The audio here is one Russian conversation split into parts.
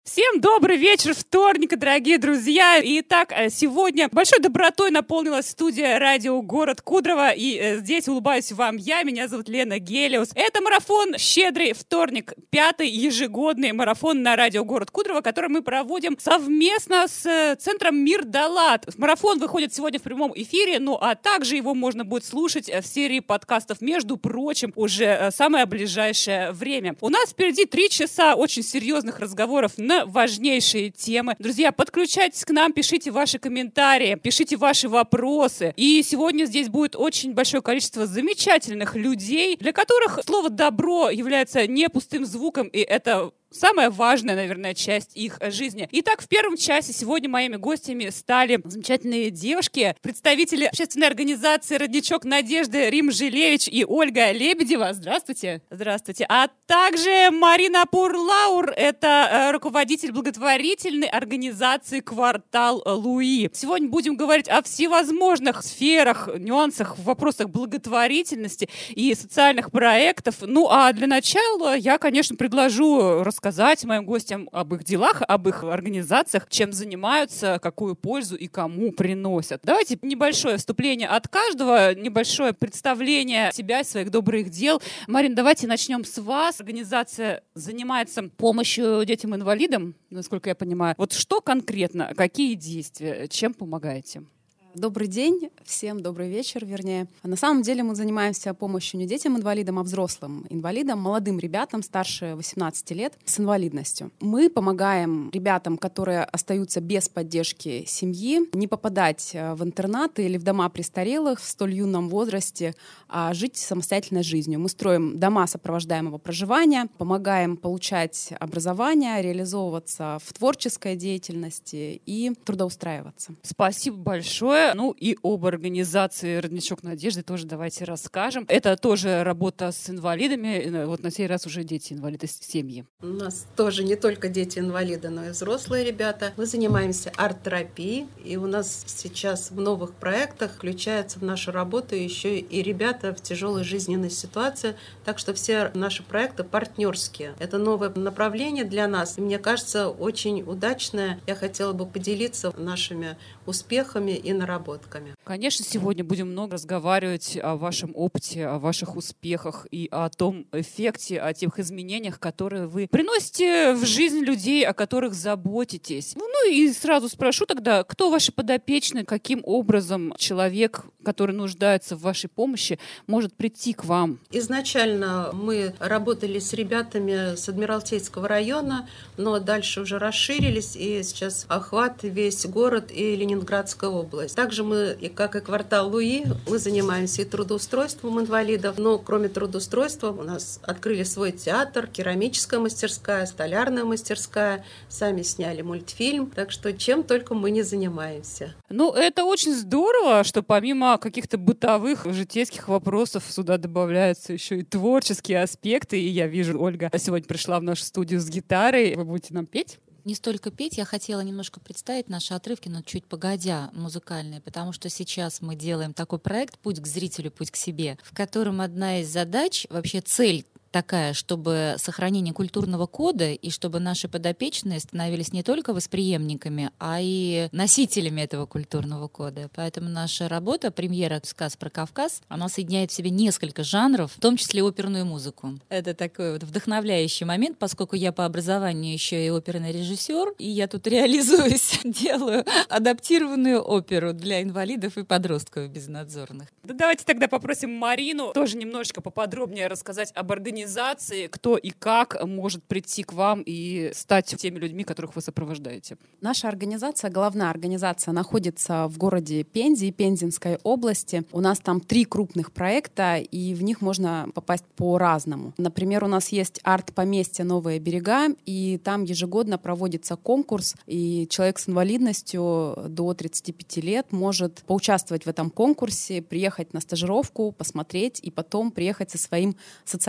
Всем добрый вечер вторника, дорогие друзья. Итак, сегодня большой добротой наполнилась студия радио «Город Кудрово». И здесь улыбаюсь вам я, меня зовут Лена Гелиус. Это марафон «Щедрый вторник», 5-й ежегодный марафон на радио «Город Кудрово», который мы проводим совместно с центром «Мир Далат». Марафон выходит сегодня в прямом эфире, ну а также его можно будет слушать в серии подкастов, между прочим, уже самое ближайшее время. У нас впереди 3 часа очень серьезных разговоров на важнейшие темы. Друзья, подключайтесь к нам, пишите ваши комментарии, пишите ваши вопросы. И сегодня здесь будет очень большое количество замечательных людей, для которых слово «добро» является не пустым звуком, и это самая важная, наверное, часть их жизни. Итак, в первом часе сегодня моими гостями стали замечательные девушки, представители общественной организации «Родничок Надежды» Рим Жилевич и Ольга Лебедева. Здравствуйте. Здравствуйте. А также Марина Пурлаур, это руководитель благотворительной организации «Квартал Луи». Сегодня будем говорить о всевозможных сферах, нюансах, вопросах благотворительности и социальных проектов. Ну, а для начала я, конечно, предложу рассказать моим гостям об их делах, об их организациях, чем занимаются, какую пользу и кому приносят. Давайте небольшое вступление от каждого, небольшое представление себя и своих добрых дел. Марин, давайте начнем с вас. Организация занимается помощью детям-инвалидам, насколько я понимаю. Вот что конкретно, какие действия, чем помогаете? Добрый день, всем добрый вечер, вернее. На самом деле мы занимаемся помощью не детям-инвалидам, а взрослым инвалидам, молодым ребятам старше 18 лет с инвалидностью. Мы помогаем ребятам, которые остаются без поддержки семьи, не попадать в интернаты или в дома престарелых в столь юном возрасте, а жить самостоятельной жизнью. Мы строим дома сопровождаемого проживания, помогаем получать образование, реализовываться в творческой деятельности и трудоустраиваться. Спасибо большое. Ну и об организации «Родничок Надежды» тоже давайте расскажем. Это тоже работа с инвалидами, вот на сей раз уже дети-инвалиды семьи. У нас тоже не только дети-инвалиды, но и взрослые ребята. Мы занимаемся арт-терапией, и у нас сейчас в новых проектах включаются в нашу работу еще и ребята в тяжелой жизненной ситуации, так что все наши проекты партнерские. Это новое направление для нас, и мне кажется, очень удачное. Я хотела бы поделиться нашими успехами и наработками. Конечно, сегодня будем много разговаривать о вашем опыте, о ваших успехах и о том эффекте, о тех изменениях, которые вы приносите в жизнь людей, о которых заботитесь. Ну и сразу спрошу тогда, кто ваши подопечные, каким образом человек, который нуждается в вашей помощи, может прийти к вам? Изначально мы работали с ребятами с Адмиралтейского района, но дальше уже расширились, и сейчас охват весь город и Ленинградская область. Также мы, как и «Квартал Луи», мы занимаемся и трудоустройством инвалидов, но кроме трудоустройства у нас открыли свой театр, керамическая мастерская, столярная мастерская, сами сняли мультфильм, так что чем только мы не занимаемся. Ну, это очень здорово, что помимо каких-то бытовых, житейских вопросов сюда добавляются еще и творческие аспекты, и я вижу, Ольга сегодня пришла в нашу студию с гитарой. Вы будете нам петь? Не столько петь, я хотела немножко представить наши отрывки, но чуть погодя музыкальные, потому что сейчас мы делаем такой проект «Путь к зрителю, путь к себе», в котором одна из задач, вообще цель такая, чтобы сохранение культурного кода и чтобы наши подопечные становились не только восприемниками, а и носителями этого культурного кода. Поэтому наша работа, премьера «Сказ про Кавказ», она соединяет в себе несколько жанров, в том числе оперную музыку. Это такой вот вдохновляющий момент, поскольку я по образованию еще и оперный режиссер, и я тут реализуюсь, делаю адаптированную оперу для инвалидов и подростков безнадзорных. Да давайте тогда попросим Марину тоже немножечко поподробнее рассказать об организации, кто и как может прийти к вам и стать теми людьми, которых вы сопровождаете. Наша организация, головная организация, находится в городе Пензе и Пензенской области. У нас там 3 крупных проекта, и в них можно попасть по-разному. Например, у нас есть арт-поместье «Новые берега», и там ежегодно проводится конкурс, и человек с инвалидностью до 35 лет может поучаствовать в этом конкурсе, приехать на стажировку, посмотреть, и потом приехать со своим социальным проектом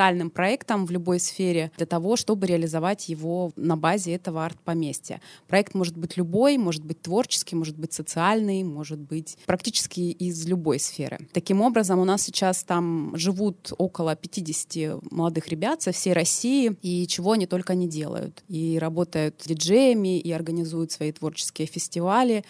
проектом в любой сфере для того, чтобы реализовать его на базе этого арт-поместья. Проект может быть любой, может быть творческий, может быть социальный, может быть практически из любой сферы. Таким образом, у нас сейчас там живут около 50 молодых ребят со всей России, и чего они только не делают. И работают диджеями, и организуют свои творческие фестивали,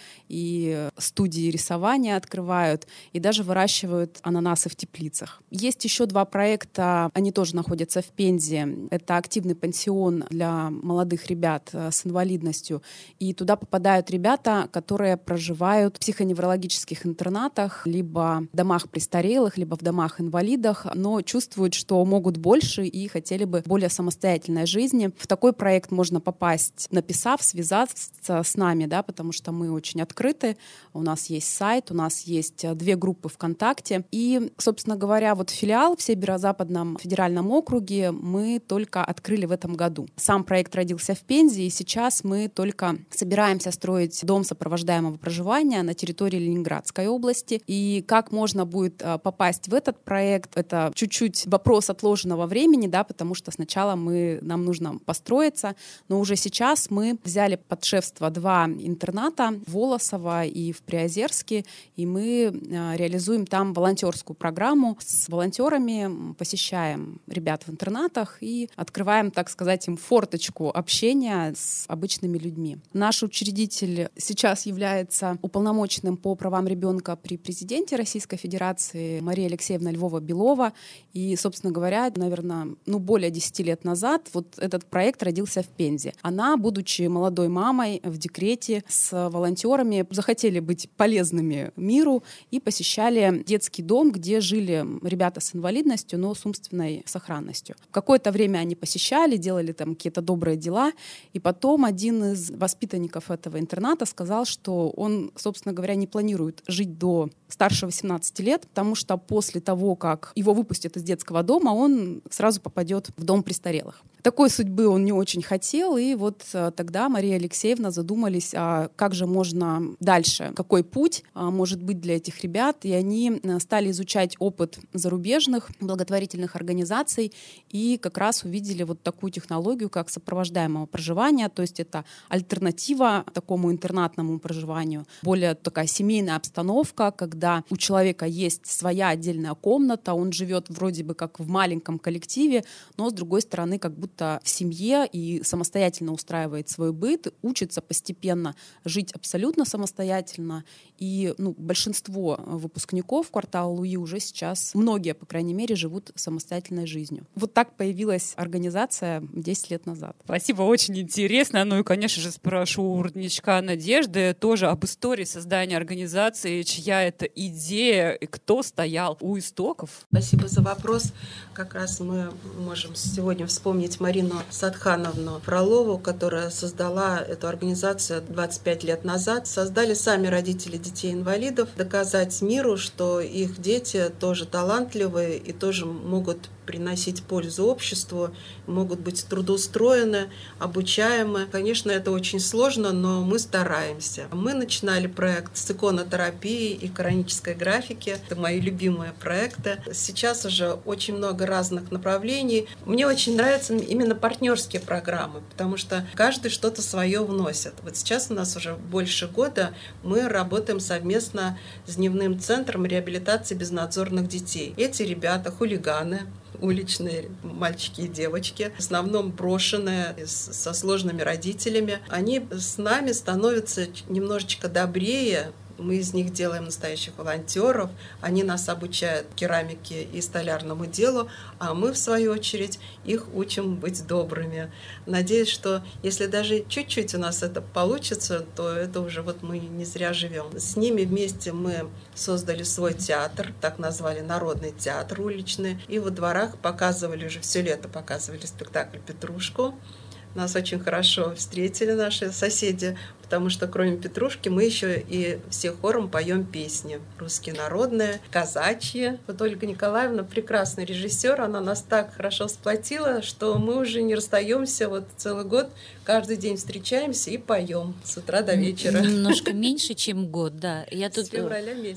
и студии рисования открывают, и даже выращивают ананасы в теплицах. Есть еще 2 проекта, они тоже находятся в Пензе. Это активный пансион для молодых ребят с инвалидностью, и туда попадают ребята, которые проживают в психоневрологических интернатах, либо в домах престарелых, либо в домах-инвалидах, но чувствуют, что могут больше и хотели бы более самостоятельной жизни. В такой проект можно попасть, написав, связаться с нами, да, потому что мы очень открыты. У нас есть сайт, у нас есть 2 группы ВКонтакте. И, собственно говоря, вот филиал в Северо-Западном федеральном округе мы только открыли в этом году. Сам проект родился в Пензе, и сейчас мы только собираемся строить дом сопровождаемого проживания на территории Ленинградской области. И как можно будет попасть в этот проект, это чуть-чуть вопрос отложенного времени, да, потому что сначала нам нужно построиться, но уже сейчас мы взяли под шефство 2 интерната в Волосово и в Приозерске, и мы реализуем там волонтерскую программу. С волонтерами посещаем ребят в интернатах и открываем, так сказать, им форточку общения с обычными людьми. Наш учредитель сейчас является уполномоченным по правам ребенка при президенте Российской Федерации Мария Алексеевна Львова-Белова. И, собственно говоря, наверное, более 10 лет назад вот этот проект родился в Пензе. Она, будучи молодой мамой в декрете с волонтерами, захотели быть полезными миру и посещали детский дом, где жили ребята с инвалидностью, но с умственной сохранностью. Какое-то время они посещали, делали там какие-то добрые дела, и потом один из воспитанников этого интерната сказал, что он, собственно говоря, не планирует жить до старше 18 лет, потому что после того, как его выпустят из детского дома, он сразу попадет в дом престарелых. Такой судьбы он не очень хотел, и вот тогда Мария Алексеевна задумались, а как же можно дальше, какой путь может быть для этих ребят, и они стали изучать опыт зарубежных благотворительных организаций и как раз увидели вот такую технологию, как сопровождаемого проживания, то есть это альтернатива такому интернатному проживанию, более такая семейная обстановка, когда у человека есть своя отдельная комната, он живет вроде бы как в маленьком коллективе, но с другой стороны как будто в семье и самостоятельно устраивает свой быт, учится постепенно жить абсолютно самостоятельно. И большинство выпускников квартала Луи уже сейчас, многие, по крайней мере, живут самостоятельной жизнью. Вот так появилась организация 10 лет назад. Спасибо, очень интересно. Ну и, конечно же, спрошу у родничка Надежды тоже об истории создания организации, чья это идея и кто стоял у истоков. Спасибо за вопрос. Как раз мы можем сегодня вспомнить Марину Садхановну Фролову, которая создала эту организацию 25 лет назад. Создали сами родители детей-инвалидов, доказать миру, что их дети тоже талантливые и тоже могут приносить пользу обществу, могут быть трудоустроены, обучаемы. Конечно, это очень сложно, но мы стараемся. Мы начинали проект с иконотерапии и коранической графики. Это мои любимые проекты. Сейчас уже очень много разных направлений. Мне очень нравятся именно партнерские программы, потому что каждый что-то свое вносит. Вот сейчас у нас уже больше года мы работаем совместно с дневным центром реабилитации безнадзорных детей. Эти ребята хулиганы, уличные мальчики и девочки, в основном брошенные, со сложными родителями. Они с нами становятся немножечко добрее. Мы из них делаем настоящих волонтеров, они нас обучают керамике и столярному делу, а мы, в свою очередь, их учим быть добрыми. Надеюсь, что если даже чуть-чуть у нас это получится, то это уже вот мы не зря живем. С ними вместе мы создали свой театр, так назвали Народный театр уличный, и во дворах показывали уже все лето, показывали спектакль «Петрушку». Нас очень хорошо встретили наши соседи, потому что кроме Петрушки мы еще и все хором поем песни. Русские народные, казачьи. Вот Ольга Николаевна прекрасный режиссер, она нас так хорошо сплотила, что мы уже не расстаемся вот целый год, каждый день встречаемся и поем с утра до вечера. Немножко меньше, чем год, да. С февраля месяца.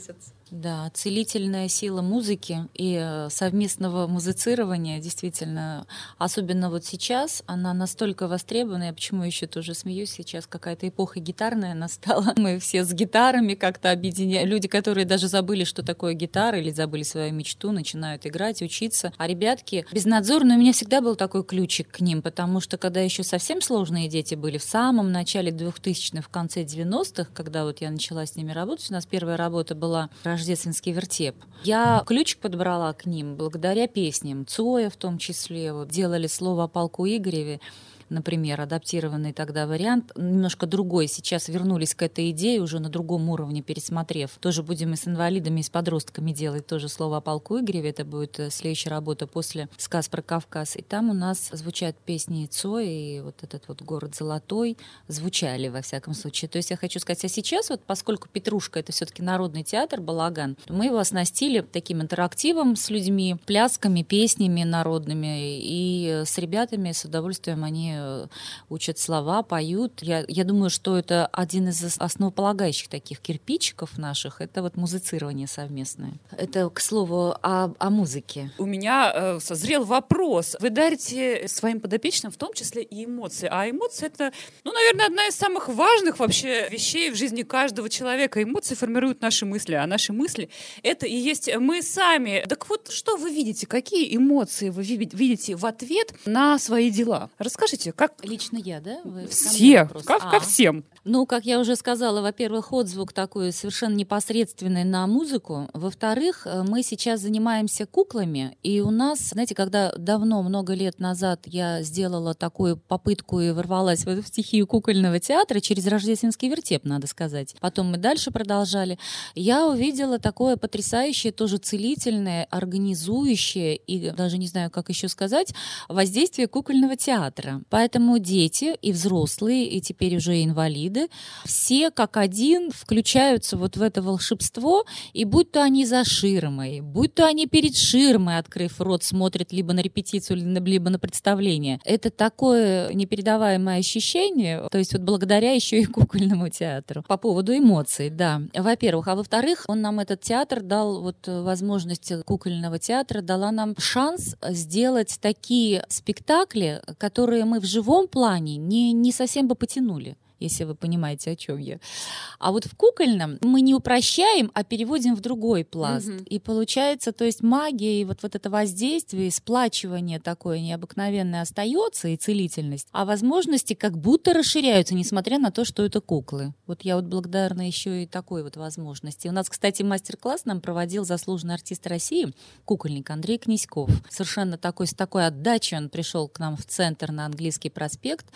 Да, целительная сила музыки и совместного музицирования, действительно, особенно вот сейчас, она настолько востребована. Я почему еще тоже смеюсь, сейчас какая-то эпоха гитарная настала. Мы все с гитарами как-то объединяем. Люди, которые даже забыли, что такое гитара, или забыли свою мечту, начинают играть, учиться. А ребятки безнадзорные, у меня всегда был такой ключик к ним, потому что когда еще совсем сложные дети были, в самом начале 2000-х, в конце 90-х, когда вот я начала с ними работать, у нас первая работа была «Рождественский вертеп». Я ключик подобрала к ним благодаря песням. Цоя в том числе. Вот, делали «Слово о полку Игореве», например, адаптированный тогда вариант, немножко другой. Сейчас вернулись к этой идее уже на другом уровне, пересмотрев. Тоже будем и с инвалидами, и с подростками делать тоже «Слово о полку Игореве». Это будет следующая работа после «Сказ про Кавказ». И там у нас звучат песни Цоя, и вот этот вот «Город золотой» звучали, во всяком случае. То есть я хочу сказать, а сейчас, вот поскольку «Петрушка» — это все-таки народный театр, балаган, мы его оснастили таким интерактивом с людьми, плясками, песнями народными, и с ребятами с удовольствием они учат слова, поют. Я думаю, что это один из основополагающих таких кирпичиков наших, это вот музицирование совместное. Это, к слову, о музыке. У меня созрел вопрос. Вы дарите своим подопечным в том числе и эмоции. А эмоции — это, наверное, одна из самых важных вообще вещей в жизни каждого человека. Эмоции формируют наши мысли, а наши мысли — это и есть мы сами. Так вот, что вы видите? Какие эмоции вы видите в ответ на свои дела? Расскажите, как... Лично я, да? Все, ко всем. Ну, как я уже сказала, во-первых, отзвук такой совершенно непосредственный на музыку. Во-вторых, мы сейчас занимаемся куклами, и у нас, знаете, когда давно, много лет назад я сделала такую попытку и ворвалась в эту стихию кукольного театра через «Рождественский вертеп», надо сказать. Потом мы дальше продолжали. Я увидела такое потрясающее, тоже целительное, организующее и даже не знаю, как еще сказать, воздействие кукольного театра. Поэтому дети и взрослые, и теперь уже инвалиды, все как один включаются вот в это волшебство, и будь то они за ширмой, будь то они перед ширмой, открыв рот, смотрят либо на репетицию, либо на представление. Это такое непередаваемое ощущение, то есть вот благодаря еще и кукольному театру. По поводу эмоций, да. Во-первых. А во-вторых, он нам, этот театр, дал вот возможность кукольного театра, дала нам шанс сделать такие спектакли, которые мы в живом плане не совсем бы потянули, если вы понимаете, о чем я. А вот в кукольном мы не упрощаем, а переводим в другой пласт. И получается, то есть магия и вот это воздействие, сплачивание такое необыкновенное остается, и целительность, а возможности как будто расширяются, несмотря на то, что это куклы. Вот я вот благодарна еще и такой вот возможности. У нас, кстати, мастер-класс нам проводил заслуженный артист России, кукольник Андрей Князьков. Совершенно с такой отдачей он пришел к нам в центр на Английский проспект,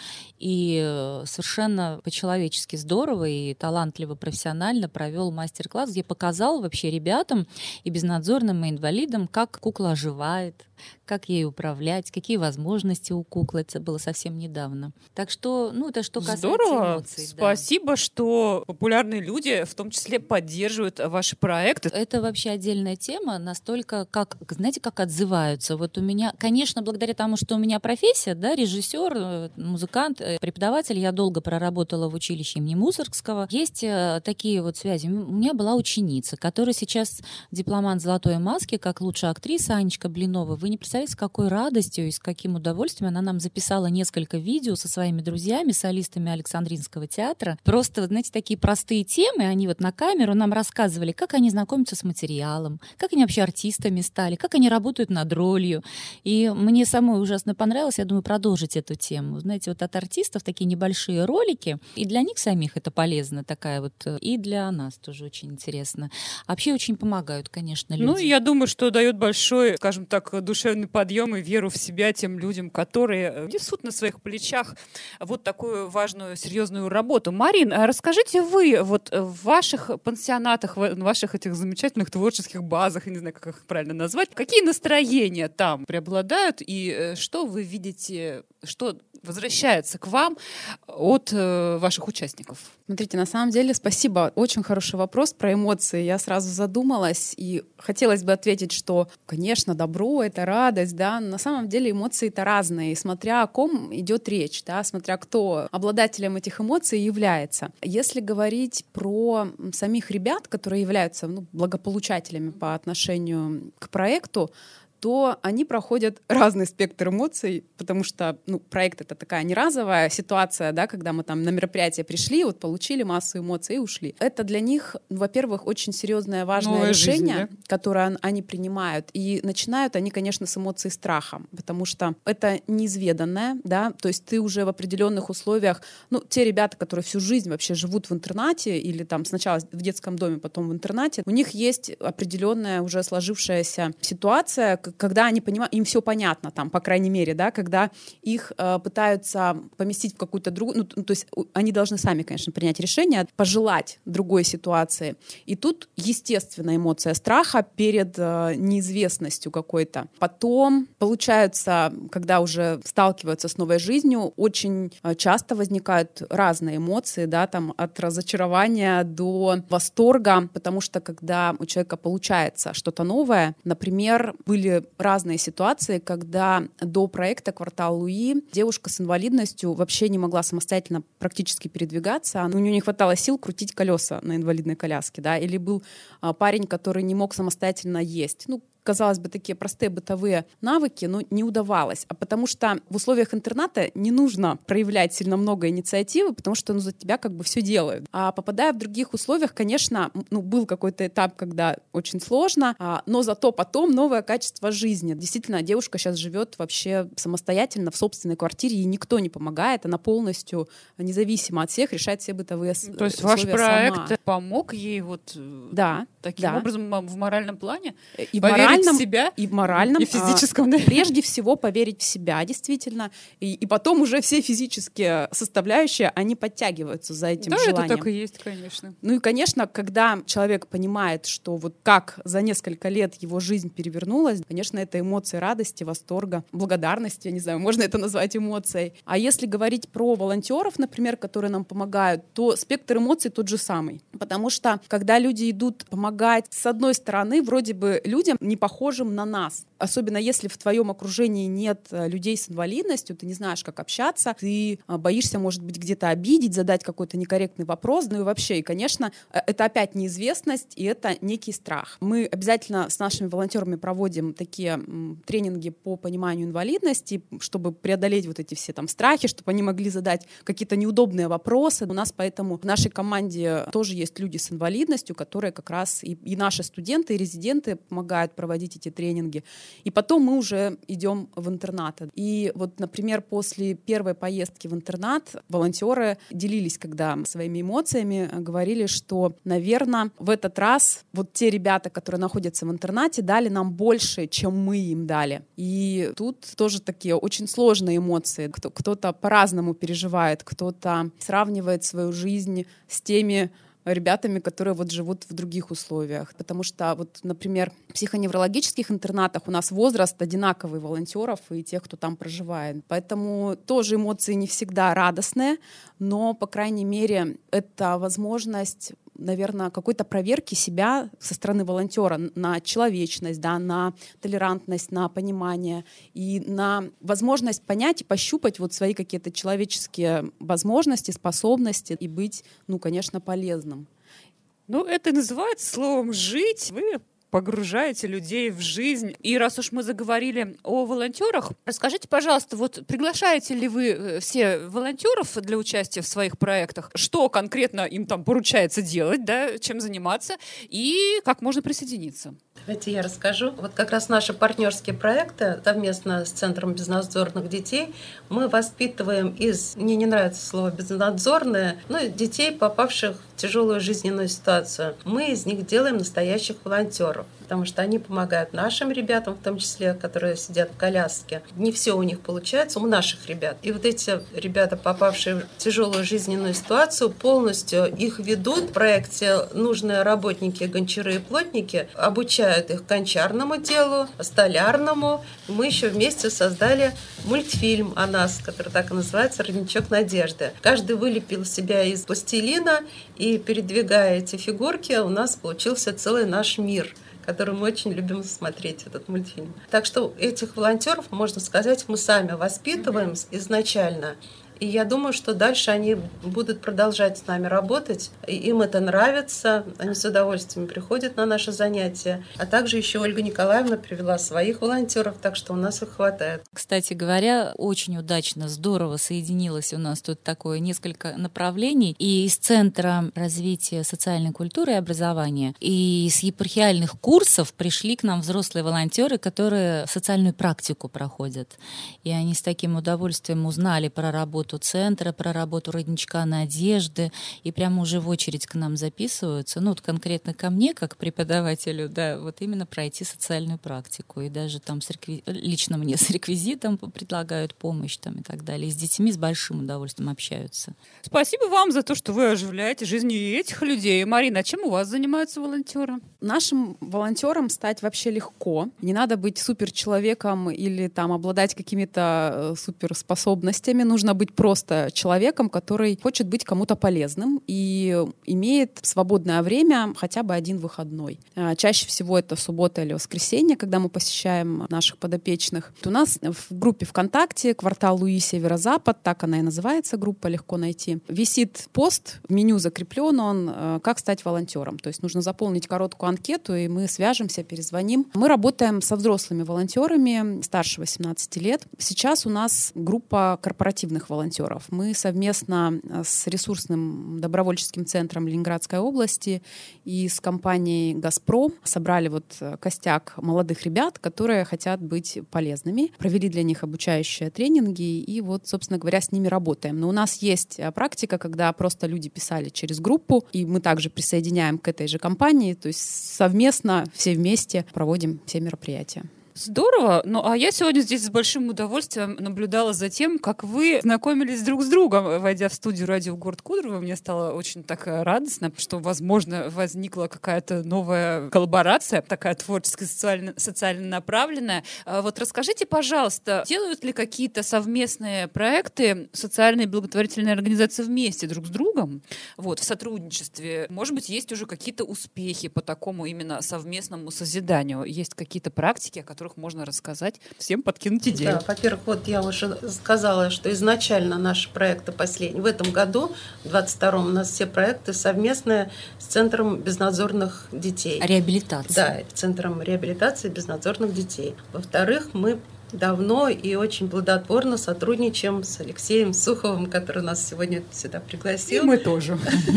и совершенно по-человечески здорово и талантливо, профессионально провел мастер-класс, где показал вообще ребятам и безнадзорным, и инвалидам, как кукла оживает, как ей управлять, какие возможности у куклы. Это было совсем недавно. Так что, это что касается здорово. Эмоций. Спасибо, да. Что популярные люди в том числе поддерживают ваши проекты. Это вообще отдельная тема, настолько, знаете, как отзываются. Вот у меня, конечно, благодаря тому, что у меня профессия, да, режиссер, музыкант, преподаватель, я долго проработала в училище имени Мусоргского. Есть такие вот связи. У меня была ученица, которая сейчас дипломант «Золотой маски», как лучшая актриса Анечка Блинова. Вы не представляете, с какой радостью и с каким удовольствием она нам записала несколько видео со своими друзьями, солистами Александринского театра. Просто, знаете, такие простые темы, они вот на камеру нам рассказывали, как они знакомятся с материалом, как они вообще артистами стали, как они работают над ролью. И мне самой ужасно понравилось, я думаю, продолжить эту тему. Знаете, вот от артистов такие небольшие ролики, и для них самих это полезно, такая вот, и для нас тоже очень интересно. Вообще очень помогают, конечно, люди. Я думаю, что дает большой, скажем так, душевный подъем и веру в себя тем людям, которые несут на своих плечах вот такую важную, серьезную работу. Марин, расскажите вы вот в ваших пансионатах, в ваших этих замечательных творческих базах, я не знаю, как их правильно назвать, какие настроения там преобладают и что вы видите, что возвращается к вам от ваших участников? Смотрите, на самом деле, спасибо. Очень хороший вопрос про эмоции. Я сразу задумалась, и хотелось бы ответить, что, конечно, добро — это радость, да, но на самом деле эмоции-то разные, смотря о ком идет речь, да, смотря кто обладателем этих эмоций является. Если говорить про самих ребят, которые являются благополучателями по отношению к проекту, то они проходят разный спектр эмоций, потому что проект — это такая неразовая ситуация, да, когда мы там на мероприятие пришли, вот получили массу эмоций и ушли. Это для них, во-первых, очень серьезное, важное новая решение, жизнь, да? которое они принимают. И начинают они, конечно, с эмоций страха, потому что это неизведанное, да, то есть ты уже в определенных условиях, те ребята, которые всю жизнь вообще живут в интернате или там сначала в детском доме, потом в интернате, у них есть определенная уже сложившаяся ситуация, когда они понимают, им все понятно там, по крайней мере, да, когда их пытаются поместить в какую-то другую, то есть они должны сами, конечно, принять решение, пожелать другой ситуации. И тут, естественно, эмоция страха перед неизвестностью какой-то. Потом, получается, когда уже сталкиваются с новой жизнью, очень часто возникают разные эмоции, да, там от разочарования до восторга, потому что когда у человека получается что-то новое, например, были разные ситуации, когда до проекта «Квартал Луи» девушка с инвалидностью вообще не могла самостоятельно практически передвигаться, у нее не хватало сил крутить колеса на инвалидной коляске, да, или был парень, который не мог самостоятельно есть. Казалось бы, такие простые бытовые навыки, но не удавалось. А потому что в условиях интерната не нужно проявлять сильно много инициативы, потому что за тебя как бы все делают. А попадая в других условиях, конечно, был какой-то этап, когда очень сложно, но зато потом новое качество жизни. Действительно, девушка сейчас живет вообще самостоятельно в собственной квартире, ей никто не помогает, она полностью независимо от всех решает все бытовые условия. То есть ваш проект сама. Помог ей таким образом в моральном плане? И в моральном, в себя, и в моральном, и физическом, да? Прежде всего поверить в себя, действительно, и потом уже все физические составляющие, они подтягиваются за этим желанием. Да, это так и есть, конечно. И, конечно, когда человек понимает, что вот как за несколько лет его жизнь перевернулась, конечно, это эмоции радости, восторга, благодарности, я не знаю, можно это назвать эмоцией. А если говорить про волонтеров, например, которые нам помогают, то спектр эмоций тот же самый. Потому что, когда люди идут помогать, с одной стороны, вроде бы людям не похожим на нас. Особенно если в твоем окружении нет людей с инвалидностью, ты не знаешь, как общаться, ты боишься, может быть, где-то обидеть, задать какой-то некорректный вопрос, и вообще. И, конечно, это опять неизвестность, и это некий страх. Мы обязательно с нашими волонтерами проводим такие тренинги по пониманию инвалидности, чтобы преодолеть вот эти все там страхи, чтобы они могли задать какие-то неудобные вопросы. У нас поэтому в нашей команде тоже есть люди с инвалидностью, которые как раз и наши студенты, и резиденты помогают проводить эти тренинги. И потом мы уже идем в интернат. И вот, например, после первой поездки в интернат волонтеры делились когда своими эмоциями, говорили, что, наверное, в этот раз вот те ребята, которые находятся в интернате, дали нам больше, чем мы им дали. И тут тоже такие очень сложные эмоции. Кто-то по-разному переживает, кто-то сравнивает свою жизнь с теми ребятами, которые вот живут в других условиях. Потому что, вот, например, в психоневрологических интернатах у нас возраст одинаковый волонтеров и тех, кто там проживает. Поэтому тоже эмоции не всегда радостные, но, по крайней мере, это возможность, наверное, какой-то проверки себя со стороны волонтера на человечность, да, на толерантность, на понимание и на возможность понять и пощупать вот свои какие-то человеческие возможности, способности и быть, конечно, полезным. Это и называется словом «жить». Вы погружаете людей в жизнь. И раз уж мы заговорили о волонтерах, расскажите, пожалуйста, вот приглашаете ли вы все волонтеров для участия в своих проектах? Что конкретно им там поручается делать, да, чем заниматься и как можно присоединиться? Давайте я расскажу. Вот как раз наши партнерские проекты совместно с Центром безнадзорных детей мы воспитываем мне не нравится слово безнадзорное, детей, попавших в тяжелую жизненную ситуацию, мы из них делаем настоящих волонтеров, потому что они помогают нашим ребятам, в том числе, которые сидят в коляске. Не все у них получается, у наших ребят. И вот эти ребята, попавшие в тяжелую жизненную ситуацию, полностью их ведут. В проекте нужные работники, гончары и плотники, обучают их гончарному делу, столярному. Мы еще вместе создали мультфильм о нас, который так и называется «Родничок надежды». Каждый вылепил себя из пластилина, и, передвигая эти фигурки, у нас получился целый наш мир, который мы очень любим смотреть, этот мультфильм. Так что этих волонтеров, можно сказать, мы сами воспитываем изначально. И я думаю, что дальше они будут продолжать с нами работать. И им это нравится. Они с удовольствием приходят на наши занятия. А также еще Ольга Николаевна привела своих волонтеров, так что у нас их хватает. Кстати говоря, очень удачно, здорово соединилось у нас тут такое несколько направлений. И из Центра развития социальной культуры и образования, и из епархиальных курсов пришли к нам взрослые волонтеры, которые социальную практику проходят. И они с таким удовольствием узнали про работу центра, про работу родничка надежды, и прямо уже в очередь к нам записываются. Ну, вот конкретно ко мне, как преподавателю, да, вот именно пройти социальную практику. И даже там лично мне с реквизитом предлагают помощь там, и так далее. И с детьми с большим удовольствием общаются. Спасибо вам за то, что вы оживляете жизнь и этих людей. Марина, а чем у вас занимаются волонтеры? Нашим волонтерам стать вообще легко. Не надо быть суперчеловеком или там обладать какими-то суперспособностями. Нужно быть просто человеком, который хочет быть кому-то полезным и имеет свободное время хотя бы один выходной. Чаще всего это суббота или воскресенье, когда мы посещаем наших подопечных. У нас в группе ВКонтакте «Квартал Луи Северо-Запад», так она и называется, группа, легко найти, висит пост, в меню закреплен он, как стать волонтером. То есть нужно заполнить короткую анкету, и мы свяжемся, перезвоним. Мы работаем со взрослыми волонтерами старше 18 лет. Сейчас у нас группа корпоративных волонтеров. Мы совместно с ресурсным добровольческим центром Ленинградской области и с компанией «Газпром» собрали вот костяк молодых ребят, которые хотят быть полезными. Провели для них обучающие тренинги и вот, собственно говоря, с ними работаем. Но у нас есть практика, когда просто люди писали через группу, и мы также присоединяем к этой же компании, то есть совместно, все вместе проводим все мероприятия. Здорово. Ну, а я сегодня здесь с большим удовольствием наблюдала за тем, как вы знакомились друг с другом, войдя в студию радио «Город Кудрово». Мне стало очень так радостно, что, возможно, возникла какая-то новая коллаборация, такая творческая, социально направленная. Вот расскажите, пожалуйста, делают ли какие-то совместные проекты социальные благотворительные организации вместе друг с другом, вот, в сотрудничестве? Может быть, есть уже какие-то успехи по такому именно совместному созиданию? Есть какие-то практики, о которых можно рассказать, всем подкинуть идею. Да, во-первых, вот я уже сказала, что изначально наши проекты последние. В этом году, в 22-м, у нас все проекты совместные с Центром безнадзорных детей. Реабилитация. Да, Центром реабилитации безнадзорных детей. Во-вторых, мы давно и очень плодотворно сотрудничаем с Алексеем Суховым, который нас сегодня сюда пригласил. И мы тоже.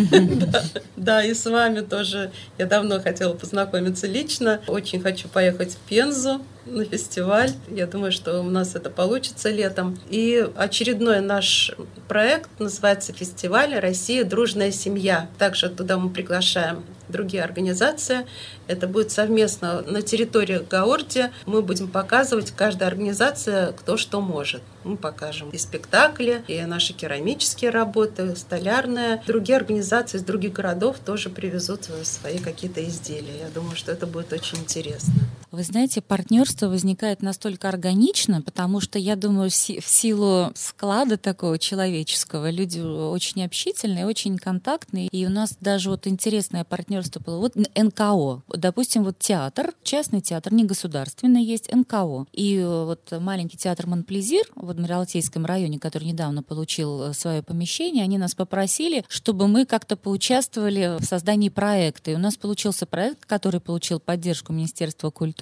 Да, и с вами тоже. Я давно хотела познакомиться лично. Очень хочу поехать в Пензу на фестиваль. Я думаю, что у нас это получится летом. И очередной наш проект называется «Фестиваль Россия. Дружная семья». Также туда мы приглашаем другие организации. Это будет совместно на территории Гаорди. Мы будем показывать, каждая организация, кто что может. Мы покажем и спектакли, и наши керамические работы, столярные. Другие организации из других городов тоже привезут свои какие-то изделия. Я думаю, что это будет очень интересно. Вы знаете, партнерство возникает настолько органично, потому что, я думаю, в силу склада такого человеческого, люди очень общительные, очень контактные. И у нас даже вот интересное партнерство было. Вот НКО. Допустим, вот театр, частный театр, не государственный, есть НКО. И вот маленький театр «Монплезир» в Адмиралтейском районе, который недавно получил свое помещение, они нас попросили, чтобы мы как-то поучаствовали в создании проекта. И у нас получился проект, который получил поддержку Министерства культуры,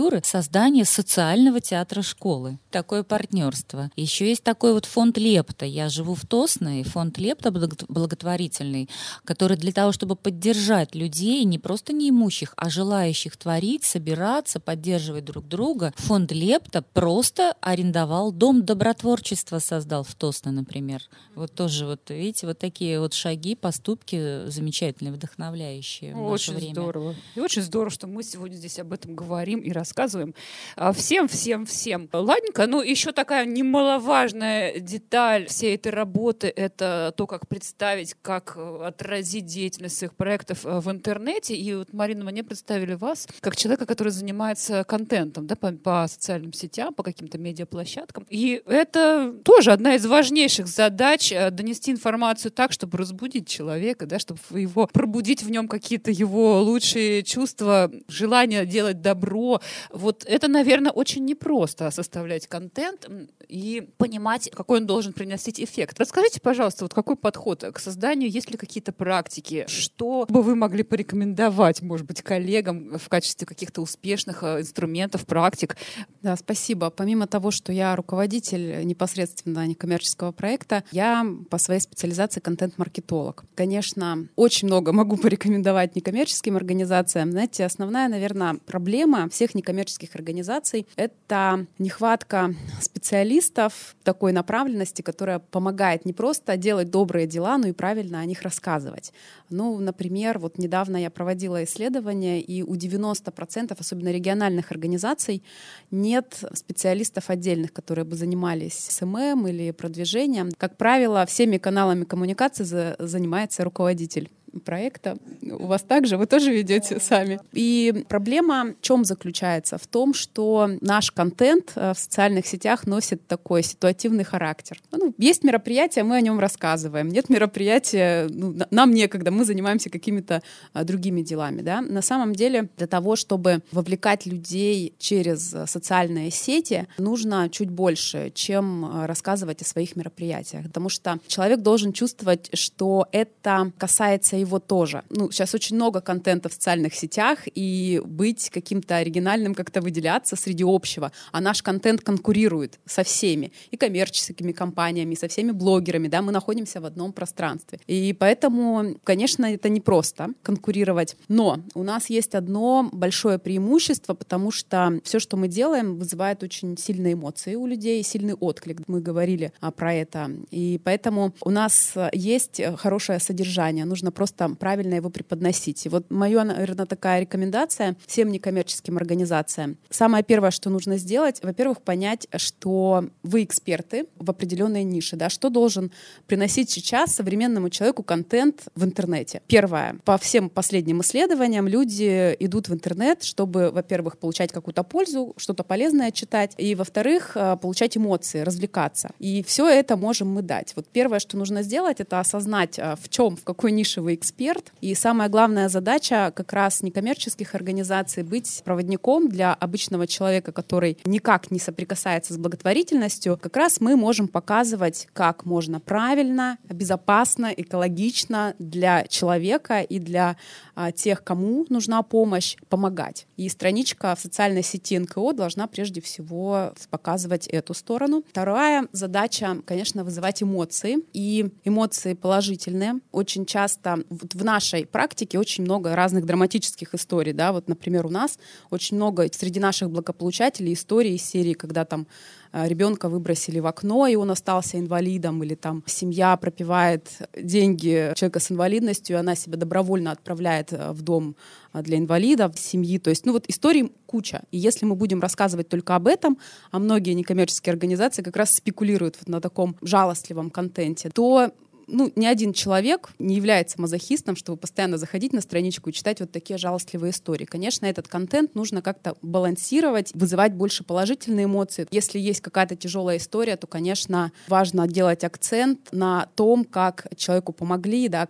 культуры создание социального театра школы. Такое партнерство. Еще есть такой вот фонд «Лепта». Я живу в Тосно, и фонд «Лепта» благотворительный, который для того, чтобы поддержать людей, не просто неимущих, а желающих творить, собираться, поддерживать друг друга, фонд «Лепта» просто арендовал дом добротворчества, создал в Тосно, например. Вот тоже, вот видите, вот такие вот шаги, поступки замечательные, вдохновляющие в наше время. Очень здорово. И очень здорово, что мы сегодня здесь об этом говорим и рассказываем всем. Ладненько, ну еще такая немаловажная деталь всей этой работы — это то, как представить, как отразить деятельность своих проектов в интернете. И вот, Марина, мне представили вас как человека, который занимается контентом, да, по социальным сетям, по каким-то медиаплощадкам. И это тоже одна из важнейших задач — донести информацию так, чтобы разбудить человека, да, чтобы его пробудить в нем какие-то его лучшие чувства, желание делать добро. Вот это, наверное, очень непросто составлять контент и понимать, какой он должен приносить эффект. Расскажите, пожалуйста, вот какой подход к созданию, есть ли какие-то практики, что бы вы могли порекомендовать, может быть, коллегам в качестве каких-то успешных инструментов, практик? Да, спасибо. Помимо того, что я руководитель непосредственно некоммерческого проекта, я по своей специализации контент-маркетолог. Конечно, очень много могу порекомендовать некоммерческим организациям. Знаете, основная, наверное, проблема всех некоммерческих организаций — это нехватка специалистов такой направленности, которая помогает не просто делать добрые дела, но и правильно о них рассказывать. Ну, например, вот недавно я проводила исследование, и у 90%, особенно региональных организаций, нет специалистов отдельных, которые бы занимались СММ или продвижением. Как правило, всеми каналами коммуникации занимается руководитель проекта. У вас также, вы тоже ведете сами. И проблема в чем заключается? В том, что наш контент в социальных сетях носит такой ситуативный характер. Ну, есть мероприятие, мы о нем рассказываем. Нет мероприятия, нам некогда, мы занимаемся какими-то другими делами. Да? На самом деле, для того, чтобы вовлекать людей через социальные сети, нужно чуть больше, чем рассказывать о своих мероприятиях. Потому что человек должен чувствовать, что это касается его тоже. Ну, сейчас очень много контента в социальных сетях, и быть каким-то оригинальным, как-то выделяться среди общего. А наш контент конкурирует со всеми, и коммерческими компаниями, и со всеми блогерами, да, мы находимся в одном пространстве. И поэтому, конечно, это непросто конкурировать. Но у нас есть одно большое преимущество, потому что все, что мы делаем, вызывает очень сильные эмоции у людей, сильный отклик. Мы говорили про это. И поэтому у нас есть хорошее содержание. Нужно просто правильно его преподносить. И вот моя, наверное, такая рекомендация всем некоммерческим организациям. Самое первое, что нужно сделать, во-первых, понять, что вы эксперты в определенной нише, да, что должен приносить сейчас современному человеку контент в интернете. Первое. По всем последним исследованиям люди идут в интернет, чтобы, во-первых, получать какую-то пользу, что-то полезное читать, и, во-вторых, получать эмоции, развлекаться. И все это можем мы дать. Вот первое, что нужно сделать, это осознать, в какой нише вы эксперт. И самая главная задача как раз некоммерческих организаций — быть проводником для обычного человека, который никак не соприкасается с благотворительностью. Как раз мы можем показывать, как можно правильно, безопасно, экологично для человека и для тех, кому нужна помощь, помогать. И страничка в социальной сети НКО должна прежде всего показывать эту сторону. Вторая задача, конечно, вызывать эмоции. И эмоции положительные. Очень часто в нашей практике очень много разных драматических историй. Да? Вот, например, у нас очень много среди наших благополучателей историй из серии, когда там ребенка выбросили в окно, и он остался инвалидом, или там семья пропивает деньги человека с инвалидностью, и она себя добровольно отправляет в дом для инвалидов, семьи. То есть, вот историй куча. И если мы будем рассказывать только об этом, а многие некоммерческие организации как раз спекулируют вот на таком жалостливом контенте, то ни один человек не является мазохистом, чтобы постоянно заходить на страничку и читать вот такие жалостливые истории. Конечно, этот контент нужно как-то балансировать, вызывать больше положительные эмоции. Если есть какая-то тяжелая история, то, конечно, важно делать акцент на том, как человеку помогли, да,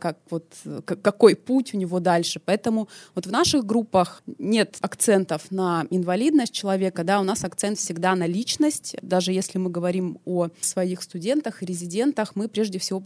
какой путь у него дальше. Поэтому вот в наших группах нет акцентов на инвалидность человека, да, у нас акцент всегда на личность. Даже если мы говорим о своих студентах и резидентах, мы прежде всего показываем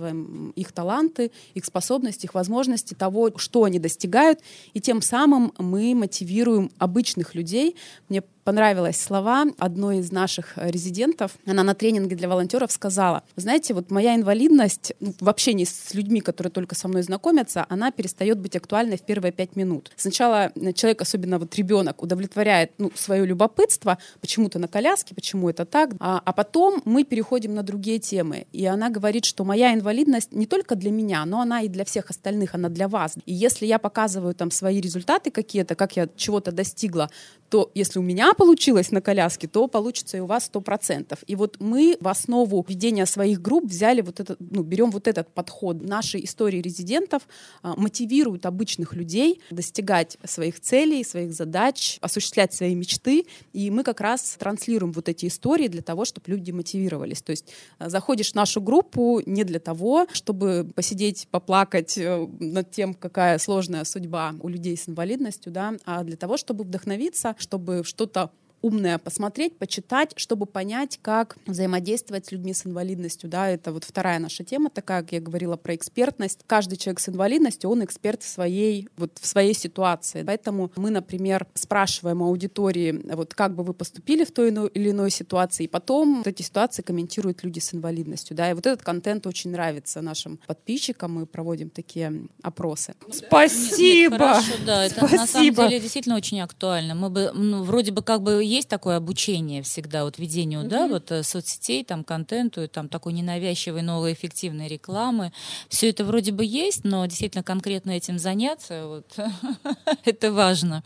показываем их таланты, их способности, их возможности, того, что они достигают, и тем самым мы мотивируем обычных людей. Мне понравились слова одной из наших резидентов. Она на тренинге для волонтеров сказала: вы знаете, вот моя инвалидность в общении с людьми, которые только со мной знакомятся, она перестает быть актуальной в первые 5 минут. Сначала человек, особенно вот ребенок, удовлетворяет свое любопытство, почему-то на коляске, почему это так, а потом мы переходим на другие темы. И она говорит, что моя инвалидность не только для меня, но она и для всех остальных, она для вас. И если я показываю там свои результаты какие-то, как я чего-то достигла, то если у меня получилось на коляске, то получится и у вас 100%. И вот мы в основу ведения своих групп взяли вот этот, берем вот этот подход. Наши истории резидентов мотивируют обычных людей достигать своих целей, своих задач, осуществлять свои мечты. И мы как раз транслируем вот эти истории для того, чтобы люди мотивировались. То есть заходишь в нашу группу не для того, чтобы посидеть, поплакать над тем, какая сложная судьба у людей с инвалидностью, да, а для того, чтобы вдохновиться, чтобы что-то умное посмотреть, почитать, чтобы понять, как взаимодействовать с людьми с инвалидностью. Да, это вот вторая наша тема такая, как я говорила про экспертность. Каждый человек с инвалидностью, он эксперт в своей ситуации. Поэтому мы, например, спрашиваем аудитории, вот как бы вы поступили в той или иной ситуации, и потом вот эти ситуации комментируют люди с инвалидностью. Да, и вот этот контент очень нравится нашим подписчикам. Мы проводим такие опросы. Спасибо! Нет, хорошо, да, это на самом деле действительно очень актуально. Мы бы, вроде бы как бы есть такое обучение всегда вот ведению, да, вот соцсетей, там, контенту, там, такой ненавязчивой, новой, эффективной рекламы. Все это вроде бы есть, но действительно конкретно этим заняться, вот, это важно.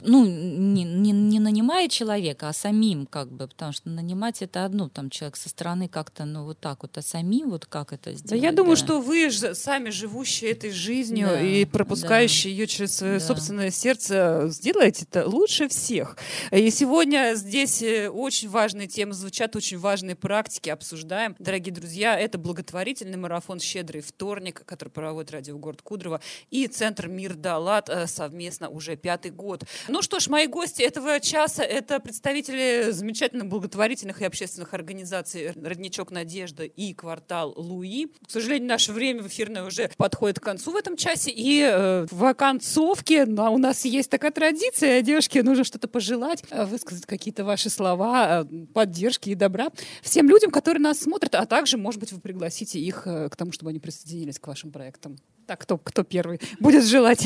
Не нанимая человека, а самим как бы, потому что нанимать это одно, там, человек со стороны как-то, вот так вот, а самим вот как это сделать? Да, я думаю, что вы же сами живущие этой жизнью и пропускающие ее через свое собственное сердце сделаете это лучше всех. И сегодня здесь очень важные темы звучат, очень важные практики обсуждаем. Дорогие друзья, это благотворительный марафон «Щедрый вторник», который проводит радио «Город Кудрово» и Центр «Мир да-Лад» совместно уже 5-й год. Ну что ж, мои гости этого часа — это представители замечательных благотворительных и общественных организаций «Родничок Надежда» и «Квартал Луи». К сожалению, наше время эфирное уже подходит к концу в этом часе, и в оконцовке у нас есть такая традиция, девушки, нужно что-то пожелать, высказать какие-то ваши слова поддержки и добра всем людям, которые нас смотрят, а также, может быть, вы пригласите их к тому, чтобы они присоединились к вашим проектам. Так, кто первый будет желать?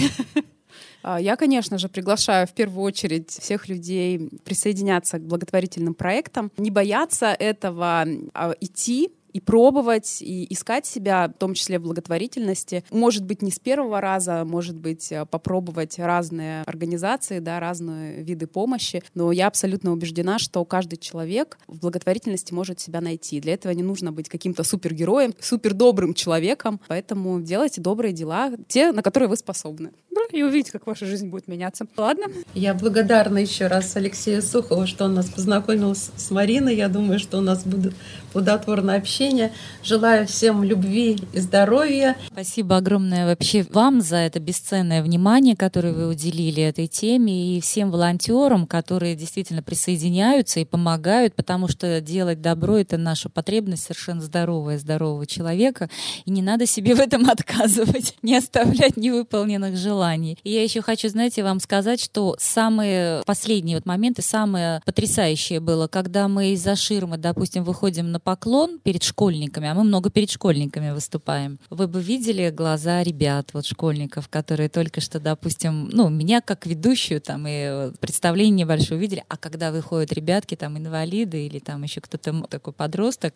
Я, конечно же, приглашаю в первую очередь всех людей присоединяться к благотворительным проектам, не бояться этого, идти и пробовать, и искать себя, в том числе в благотворительности. Может быть, не с первого раза, может быть, попробовать разные организации, да, разные виды помощи, но я абсолютно убеждена, что каждый человек в благотворительности может себя найти. Для этого не нужно быть каким-то супергероем, супердобрым человеком, поэтому делайте добрые дела, те, на которые вы способны. Да, и увидите, как ваша жизнь будет меняться. Ладно? Я благодарна еще раз Алексею Сухову, что он нас познакомил с Мариной. Я думаю, что у нас будет плодотворное общение. Желаю всем любви и здоровья. Спасибо огромное вообще вам за это бесценное внимание, которое вы уделили этой теме, и всем волонтерам, которые действительно присоединяются и помогают, потому что делать добро — это наша потребность совершенно здорового человека, и не надо себе в этом отказывать, не оставлять невыполненных желаний. И я еще хочу, знаете, вам сказать, что самые последние моменты, самое потрясающее было, когда мы из-за ширмы, допустим, выходим на поклон перед школьниками, а мы много перед школьниками выступаем. Вы бы видели глаза ребят, школьников, которые только что, допустим, меня как ведущую там и представление небольшое видели, а когда выходят ребятки, там инвалиды или там еще кто-то такой подросток,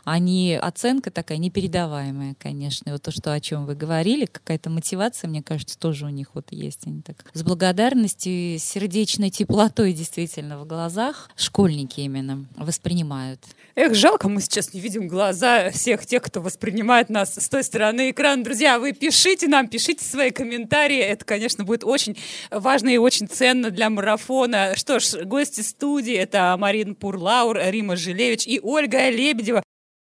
оценка такая непередаваемая, конечно. И то, о чем вы говорили, какая-то мотивация, мне кажется, тоже у них есть. Они так с благодарностью, сердечной теплотой действительно в глазах школьники именно воспринимают. Эх, жалко, мы сейчас не видим глаза всех тех, кто воспринимает нас с той стороны экрана. Друзья, вы пишите нам, пишите свои комментарии. Это, конечно, будет очень важно и очень ценно для марафона. Что ж, гости студии — это Марина Пурлаур, Рима Жилевич и Ольга Лебедева.